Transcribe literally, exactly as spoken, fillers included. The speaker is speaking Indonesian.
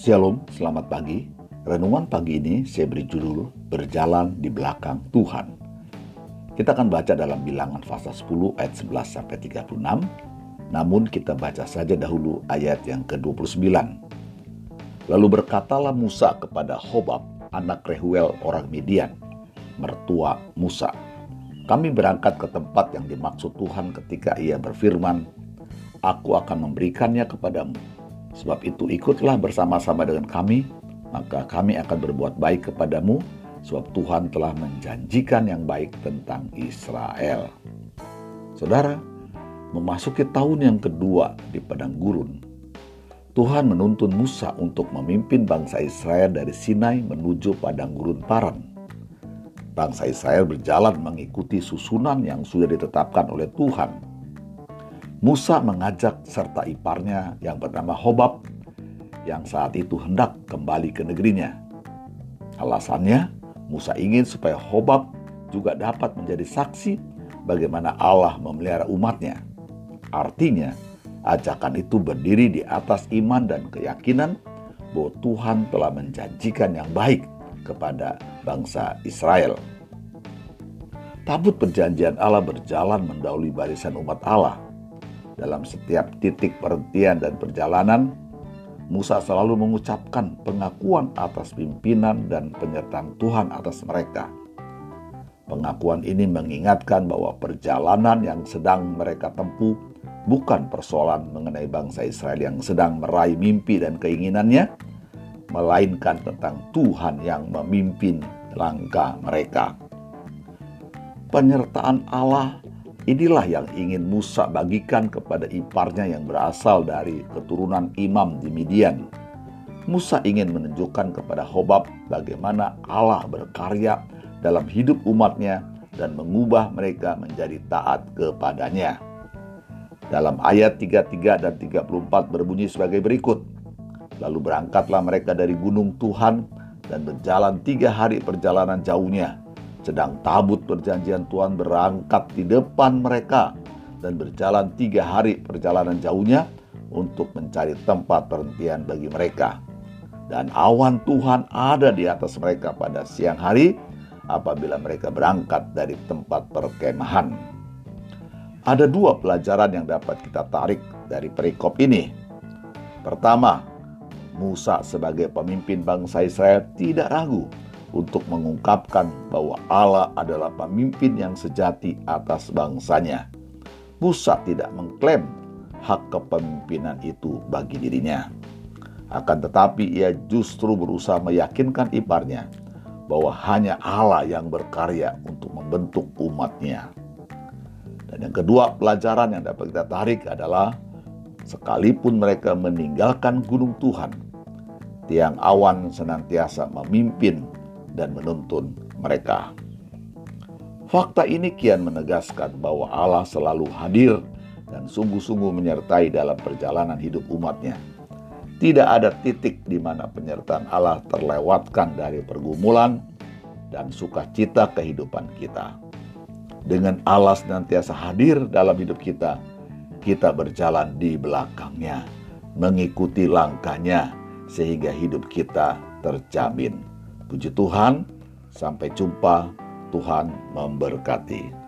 Shalom, selamat pagi. Renungan pagi ini saya beri judul Berjalan di Belakang Tuhan. Kita akan baca dalam Bilangan pasal sepuluh ayat sebelas sampai tiga puluh enam. Namun kita baca saja dahulu ayat yang ke dua puluh sembilan. Lalu berkatalah Musa kepada Hobab, anak Rehuel orang Midian, mertua Musa, kami berangkat ke tempat yang dimaksud Tuhan ketika ia berfirman, aku akan memberikannya kepadamu. Sebab itu ikutlah bersama-sama dengan kami, maka kami akan berbuat baik kepadamu, sebab Tuhan telah menjanjikan yang baik tentang Israel. Saudara, memasuki tahun yang kedua di padang gurun, Tuhan menuntun Musa untuk memimpin bangsa Israel dari Sinai menuju padang gurun Paran. Bangsa Israel berjalan mengikuti susunan yang sudah ditetapkan oleh Tuhan. Musa mengajak serta iparnya yang bernama Hobab yang saat itu hendak kembali ke negerinya. Alasannya, Musa ingin supaya Hobab juga dapat menjadi saksi bagaimana Allah memelihara umatnya. Artinya, ajakan itu berdiri di atas iman dan keyakinan bahwa Tuhan telah menjanjikan yang baik kepada bangsa Israel. Tabut perjanjian Allah berjalan mendahului barisan umat Allah. Dalam setiap titik perhentian dan perjalanan, Musa selalu mengucapkan pengakuan atas pimpinan dan penyertaan Tuhan atas mereka. Pengakuan ini mengingatkan bahwa perjalanan yang sedang mereka tempuh bukan persoalan mengenai bangsa Israel yang sedang meraih mimpi dan keinginannya, melainkan tentang Tuhan yang memimpin langkah mereka. Penyertaan Allah inilah yang ingin Musa bagikan kepada iparnya yang berasal dari keturunan imam di Midian. Musa ingin menunjukkan kepada Hobab bagaimana Allah berkarya dalam hidup umatnya dan mengubah mereka menjadi taat kepadanya. Dalam ayat tiga puluh tiga dan tiga puluh empat berbunyi sebagai berikut. Lalu berangkatlah mereka dari gunung Tuhan dan berjalan tiga hari perjalanan jauhnya. Sedang tabut perjanjian Tuhan berangkat di depan mereka dan berjalan tiga hari perjalanan jauhnya untuk mencari tempat perhentian bagi mereka. Dan awan Tuhan ada di atas mereka pada siang hari apabila mereka berangkat dari tempat perkemahan. Ada dua pelajaran yang dapat kita tarik dari perikop ini. Pertama, Musa sebagai pemimpin bangsa Israel tidak ragu untuk mengungkapkan bahwa Allah adalah pemimpin yang sejati atas bangsanya. Musa tidak mengklaim hak kepemimpinan itu bagi dirinya. Akan tetapi ia justru berusaha meyakinkan iparnya bahwa hanya Allah yang berkarya untuk membentuk umatnya. Dan yang kedua pelajaran yang dapat kita tarik adalah sekalipun mereka meninggalkan gunung Tuhan, tiang awan senantiasa memimpin dan menuntun mereka. Fakta ini kian menegaskan bahwa Allah selalu hadir dan sungguh-sungguh menyertai dalam perjalanan hidup umatnya. Tidak ada titik di mana penyertaan Allah terlewatkan dari pergumulan dan sukacita kehidupan kita. Dengan Allah senantiasa hadir dalam hidup kita, kita berjalan di belakangnya, mengikuti langkahnya sehingga hidup kita terjamin. Puji Tuhan, sampai jumpa, Tuhan memberkati.